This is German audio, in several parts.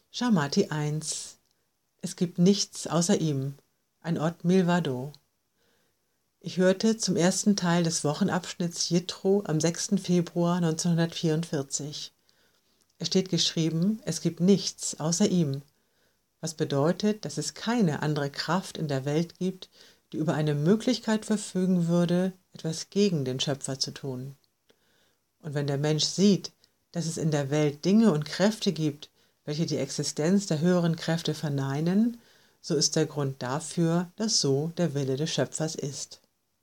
Shamati 1. Es gibt nichts außer ihm. Ein Ort Milvado. Ich hörte zum ersten Teil des Wochenabschnitts Jitro am 6. Februar 1944. Es steht geschrieben, es gibt nichts außer ihm, was bedeutet, dass es keine andere Kraft in der Welt gibt, die über eine Möglichkeit verfügen würde, etwas gegen den Schöpfer zu tun. Und wenn der Mensch sieht, dass es in der Welt Dinge und Kräfte gibt, welche die Existenz der höheren Kräfte verneinen, so ist der Grund dafür, dass so der Wille des Schöpfers ist.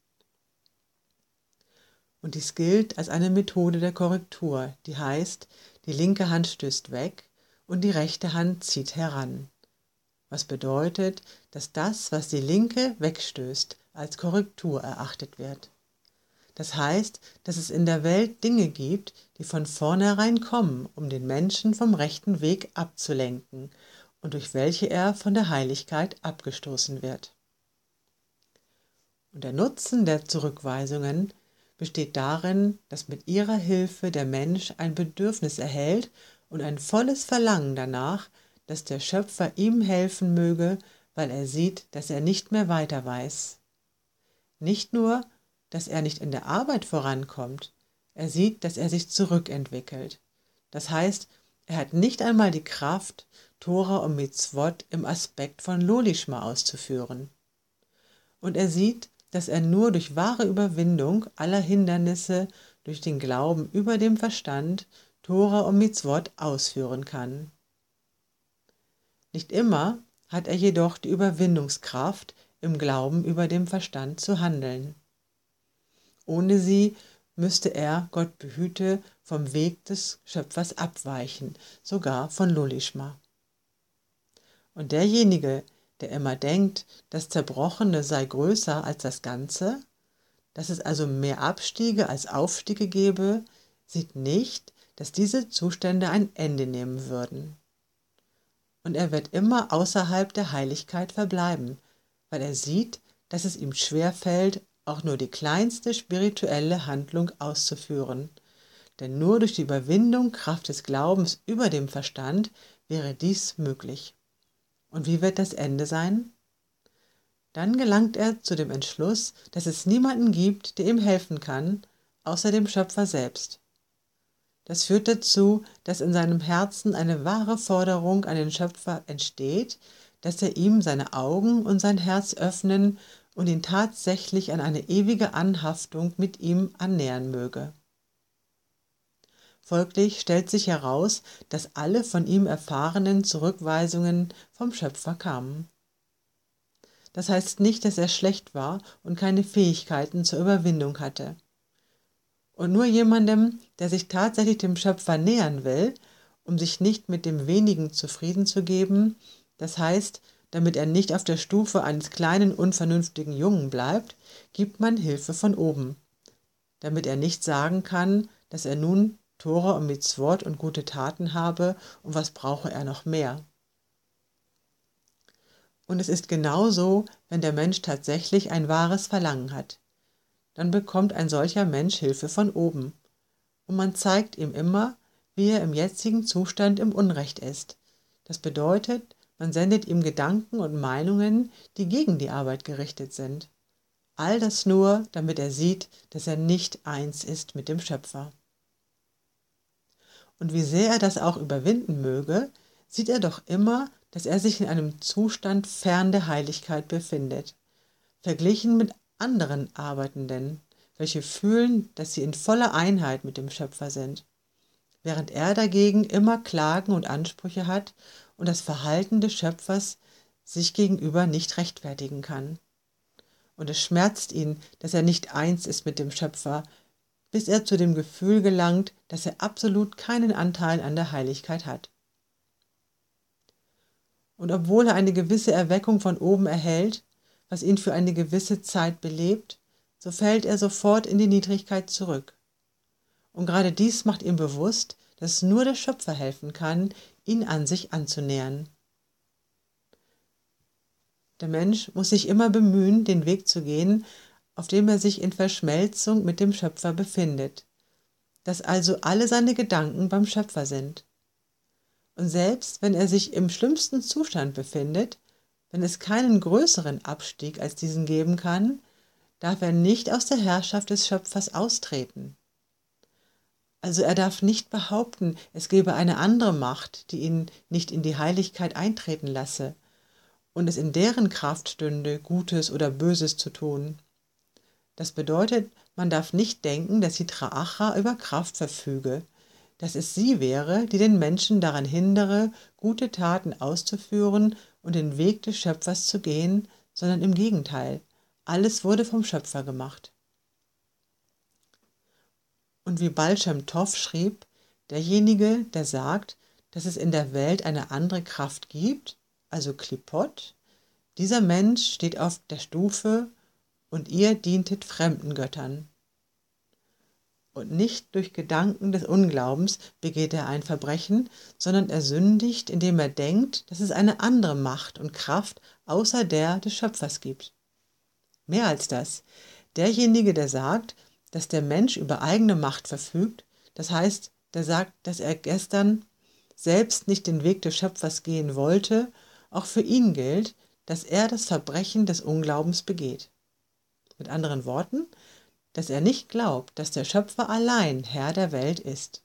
Und dies gilt als eine Methode der Korrektur, die heißt, die linke Hand stößt weg und die rechte Hand zieht heran. Was bedeutet, dass das, was die linke wegstößt, als Korrektur erachtet wird. Das heißt, dass es in der Welt Dinge gibt, die von vornherein kommen, um den Menschen vom rechten Weg abzulenken und durch welche er von der Heiligkeit abgestoßen wird. Und der Nutzen der Zurückweisungen besteht darin, dass mit ihrer Hilfe der Mensch ein Bedürfnis erhält und ein volles Verlangen danach, dass der Schöpfer ihm helfen möge, weil er sieht, dass er nicht mehr weiter weiß. Nicht nur, dass er nicht in der Arbeit vorankommt, er sieht, dass er sich zurückentwickelt. Das heißt, er hat nicht einmal die Kraft, Tora und Mitzvot im Aspekt von Lolishma auszuführen. Und er sieht, dass er nur durch wahre Überwindung aller Hindernisse durch den Glauben über dem Verstand Tora und Mitzvot ausführen kann. Nicht immer hat er jedoch die Überwindungskraft, im Glauben über dem Verstand zu handeln. Ohne sie müsste er, Gott behüte, vom Weg des Schöpfers abweichen, sogar von Lolishma. Und derjenige, der immer denkt, das Zerbrochene sei größer als das Ganze, dass es also mehr Abstiege als Aufstiege gebe, sieht nicht, dass diese Zustände ein Ende nehmen würden. Und er wird immer außerhalb der Heiligkeit verbleiben, weil er sieht, dass es ihm schwerfällt, auch nur die kleinste spirituelle Handlung auszuführen. Denn nur durch die Überwindung Kraft des Glaubens über dem Verstand wäre dies möglich. Und wie wird das Ende sein? Dann gelangt er zu dem Entschluss, dass es niemanden gibt, der ihm helfen kann, außer dem Schöpfer selbst. Das führt dazu, dass in seinem Herzen eine wahre Forderung an den Schöpfer entsteht, dass er ihm seine Augen und sein Herz öffnen und ihn tatsächlich an eine ewige Anhaftung mit ihm annähern möge. Folglich stellt sich heraus, dass alle von ihm erfahrenen Zurückweisungen vom Schöpfer kamen. Das heißt nicht, dass er schlecht war und keine Fähigkeiten zur Überwindung hatte. Und nur jemandem, der sich tatsächlich dem Schöpfer nähern will, um sich nicht mit dem Wenigen zufrieden zu geben, das heißt, damit er nicht auf der Stufe eines kleinen, unvernünftigen Jungen bleibt, gibt man Hilfe von oben, damit er nicht sagen kann, dass er nun Tora und Mitzvot und gute Taten habe und was brauche er noch mehr. Und es ist genauso, wenn der Mensch tatsächlich ein wahres Verlangen hat. Dann bekommt ein solcher Mensch Hilfe von oben. Und man zeigt ihm immer, wie er im jetzigen Zustand im Unrecht ist. Das bedeutet, man sendet ihm Gedanken und Meinungen, die gegen die Arbeit gerichtet sind. All das nur, damit er sieht, dass er nicht eins ist mit dem Schöpfer. Und wie sehr er das auch überwinden möge, sieht er doch immer, dass er sich in einem Zustand fern der Heiligkeit befindet, verglichen mit anderen Arbeitenden, welche fühlen, dass sie in voller Einheit mit dem Schöpfer sind, während er dagegen immer Klagen und Ansprüche hat und das Verhalten des Schöpfers sich gegenüber nicht rechtfertigen kann. Und es schmerzt ihn, dass er nicht eins ist mit dem Schöpfer, bis er zu dem Gefühl gelangt, dass er absolut keinen Anteil an der Heiligkeit hat. Und obwohl er eine gewisse Erweckung von oben erhält, was ihn für eine gewisse Zeit belebt, so fällt er sofort in die Niedrigkeit zurück. Und gerade dies macht ihm bewusst, dass nur der Schöpfer helfen kann, ihn an sich anzunähern. Der Mensch muss sich immer bemühen, den Weg zu gehen, auf dem er sich in Verschmelzung mit dem Schöpfer befindet, dass also alle seine Gedanken beim Schöpfer sind. Und selbst wenn er sich im schlimmsten Zustand befindet, wenn es keinen größeren Abstieg als diesen geben kann, darf er nicht aus der Herrschaft des Schöpfers austreten. Also er darf nicht behaupten, es gebe eine andere Macht, die ihn nicht in die Heiligkeit eintreten lasse und es in deren Kraft stünde, Gutes oder Böses zu tun. Das bedeutet, man darf nicht denken, dass Sitra Achra über Kraft verfüge, dass es sie wäre, die den Menschen daran hindere, gute Taten auszuführen und den Weg des Schöpfers zu gehen, sondern im Gegenteil, alles wurde vom Schöpfer gemacht. Und wie Baal Shem Tov schrieb, derjenige, der sagt, dass es in der Welt eine andere Kraft gibt, also Klipot, dieser Mensch steht auf der Stufe und ihr dientet fremden Göttern. Und nicht durch Gedanken des Unglaubens begeht er ein Verbrechen, sondern er sündigt, indem er denkt, dass es eine andere Macht und Kraft außer der des Schöpfers gibt. Mehr als das, derjenige, der sagt, dass der Mensch über eigene Macht verfügt, das heißt, der sagt, dass er gestern selbst nicht den Weg des Schöpfers gehen wollte, auch für ihn gilt, dass er das Verbrechen des Unglaubens begeht. Mit anderen Worten, dass er nicht glaubt, dass der Schöpfer allein Herr der Welt ist.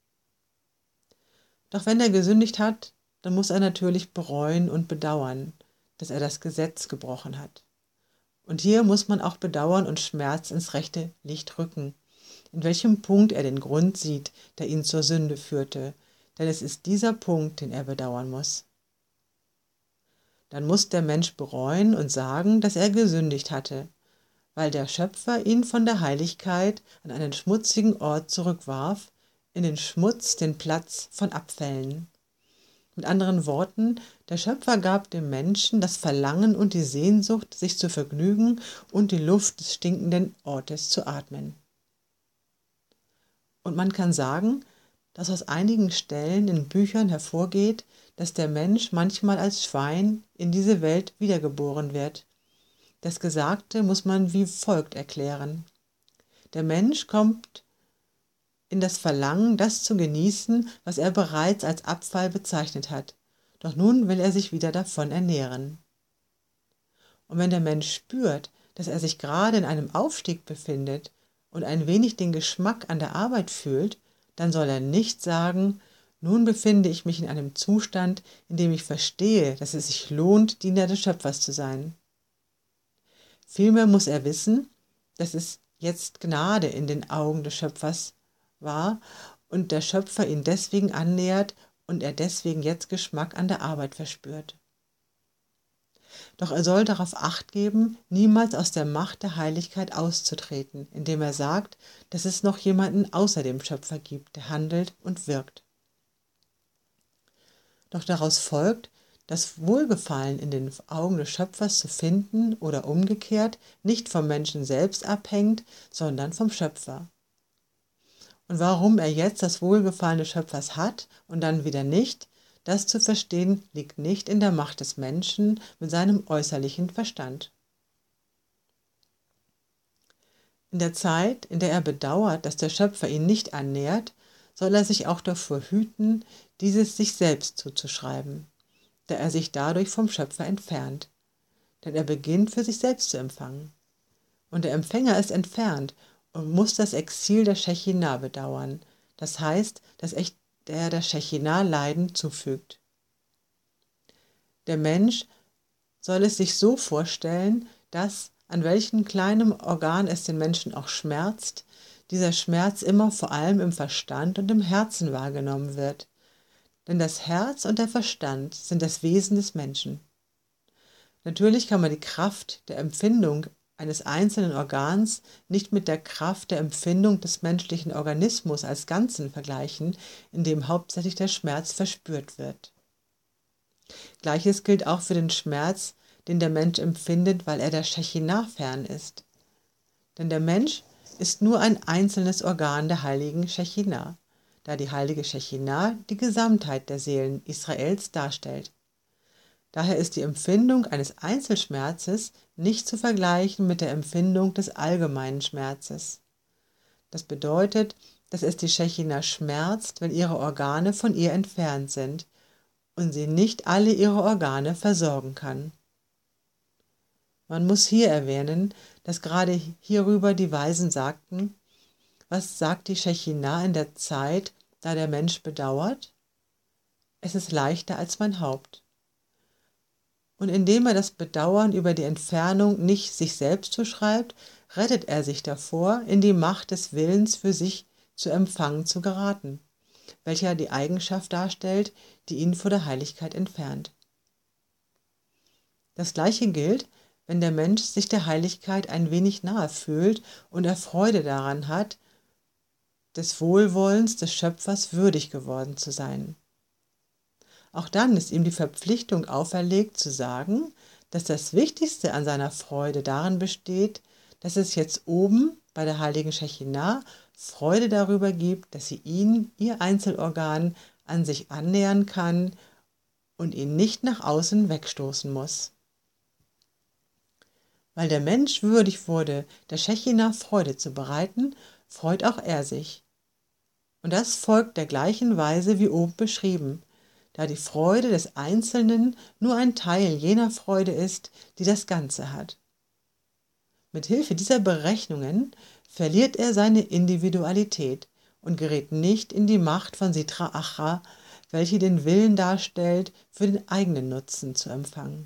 Doch wenn er gesündigt hat, dann muss er natürlich bereuen und bedauern, dass er das Gesetz gebrochen hat. Und hier muss man auch Bedauern und Schmerz ins rechte Licht rücken, in welchem Punkt er den Grund sieht, der ihn zur Sünde führte, denn es ist dieser Punkt, den er bedauern muss. Dann muss der Mensch bereuen und sagen, dass er gesündigt hatte, weil der Schöpfer ihn von der Heiligkeit an einen schmutzigen Ort zurückwarf, in den Schmutz, den Platz von Abfällen. Mit anderen Worten, der Schöpfer gab dem Menschen das Verlangen und die Sehnsucht, sich zu vergnügen und die Luft des stinkenden Ortes zu atmen. Und man kann sagen, dass aus einigen Stellen in Büchern hervorgeht, dass der Mensch manchmal als Schwein in diese Welt wiedergeboren wird. Das Gesagte muss man wie folgt erklären. Der Mensch kommt in das Verlangen, das zu genießen, was er bereits als Abfall bezeichnet hat. Doch nun will er sich wieder davon ernähren. Und wenn der Mensch spürt, dass er sich gerade in einem Aufstieg befindet und ein wenig den Geschmack an der Arbeit fühlt, dann soll er nicht sagen, nun befinde ich mich in einem Zustand, in dem ich verstehe, dass es sich lohnt, Diener des Schöpfers zu sein. Vielmehr muss er wissen, dass es jetzt Gnade in den Augen des Schöpfers war und der Schöpfer ihn deswegen annähert und er deswegen jetzt Geschmack an der Arbeit verspürt. Doch er soll darauf Acht geben, niemals aus der Macht der Heiligkeit auszutreten, indem er sagt, dass es noch jemanden außer dem Schöpfer gibt, der handelt und wirkt. Doch daraus folgt, dass Wohlgefallen in den Augen des Schöpfers zu finden oder umgekehrt nicht vom Menschen selbst abhängt, sondern vom Schöpfer. Und warum er jetzt das Wohlgefallen des Schöpfers hat und dann wieder nicht, das zu verstehen, liegt nicht in der Macht des Menschen mit seinem äußerlichen Verstand. In der Zeit, in der er bedauert, dass der Schöpfer ihn nicht annähert, soll er sich auch davor hüten, dieses sich selbst zuzuschreiben, da er sich dadurch vom Schöpfer entfernt. Denn er beginnt für sich selbst zu empfangen. Und der Empfänger ist entfernt und muss das Exil der Shechinah bedauern, das heißt, dass er der Shechinah Leiden zufügt. Der Mensch soll es sich so vorstellen, dass, an welchem kleinen Organ es den Menschen auch schmerzt, dieser Schmerz immer vor allem im Verstand und im Herzen wahrgenommen wird. Denn das Herz und der Verstand sind das Wesen des Menschen. Natürlich kann man die Kraft der Empfindung eines einzelnen Organs nicht mit der Kraft der Empfindung des menschlichen Organismus als Ganzen vergleichen, in dem hauptsächlich der Schmerz verspürt wird. Gleiches gilt auch für den Schmerz, den der Mensch empfindet, weil er der Shechinah fern ist. Denn der Mensch ist nur ein einzelnes Organ der heiligen Shechinah, da die heilige Shechinah die Gesamtheit der Seelen Israels darstellt. Daher ist die Empfindung eines Einzelschmerzes nicht zu vergleichen mit der Empfindung des allgemeinen Schmerzes. Das bedeutet, dass es die Shechinah schmerzt, wenn ihre Organe von ihr entfernt sind, und sie nicht alle ihre Organe versorgen kann. Man muss hier erwähnen, dass gerade hierüber die Weisen sagten: Was sagt die Schechinah in der Zeit, da der Mensch bedauert? Es ist leichter als mein Haupt. Und indem er das Bedauern über die Entfernung nicht sich selbst zuschreibt, rettet er sich davor, in die Macht des Willens für sich zu empfangen zu geraten, welcher die Eigenschaft darstellt, die ihn vor der Heiligkeit entfernt. Das Gleiche gilt, wenn der Mensch sich der Heiligkeit ein wenig nahe fühlt und er Freude daran hat, des Wohlwollens des Schöpfers würdig geworden zu sein. Auch dann ist ihm die Verpflichtung auferlegt zu sagen, dass das Wichtigste an seiner Freude darin besteht, dass es jetzt oben bei der heiligen Schechinah Freude darüber gibt, dass sie ihn, ihr Einzelorgan, an sich annähern kann und ihn nicht nach außen wegstoßen muss. Weil der Mensch würdig wurde, der Schechinah Freude zu bereiten, freut auch er sich. Und das folgt der gleichen Weise wie oben beschrieben, da die Freude des Einzelnen nur ein Teil jener Freude ist, die das Ganze hat. Mit Hilfe dieser Berechnungen verliert er seine Individualität und gerät nicht in die Macht von Sitra Achra, welche den Willen darstellt, für den eigenen Nutzen zu empfangen.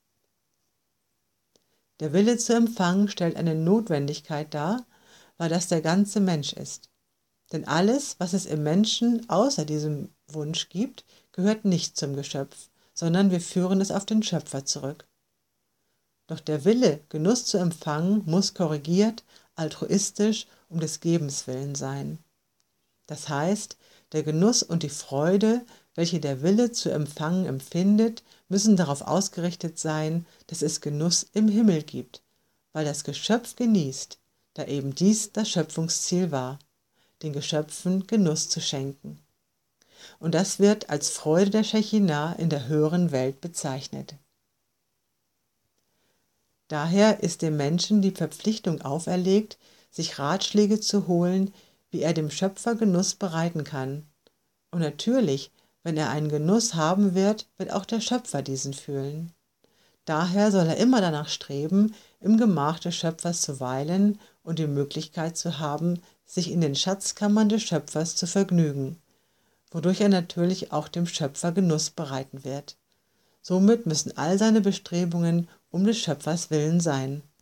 Der Wille zu empfangen stellt eine Notwendigkeit dar, weil das der ganze Mensch ist. Denn alles, was es im Menschen außer diesem Wunsch gibt, gehört nicht zum Geschöpf, sondern wir führen es auf den Schöpfer zurück. Doch der Wille, Genuss zu empfangen, muss korrigiert, altruistisch um des Gebens willen sein. Das heißt, der Genuss und die Freude, welche der Wille zu empfangen empfindet, müssen darauf ausgerichtet sein, dass es Genuss im Himmel gibt, weil das Geschöpf genießt, da eben dies das Schöpfungsziel war, den Geschöpfen Genuss zu schenken. Und das wird als Freude der Schechinah in der höheren Welt bezeichnet. Daher ist dem Menschen die Verpflichtung auferlegt, sich Ratschläge zu holen, wie er dem Schöpfer Genuss bereiten kann. Und natürlich, wenn er einen Genuss haben wird, wird auch der Schöpfer diesen fühlen. Daher soll er immer danach streben, im Gemach des Schöpfers zu weilen und die Möglichkeit zu haben, sich in den Schatzkammern des Schöpfers zu vergnügen, wodurch er natürlich auch dem Schöpfer Genuss bereiten wird. Somit müssen all seine Bestrebungen um des Schöpfers willen sein.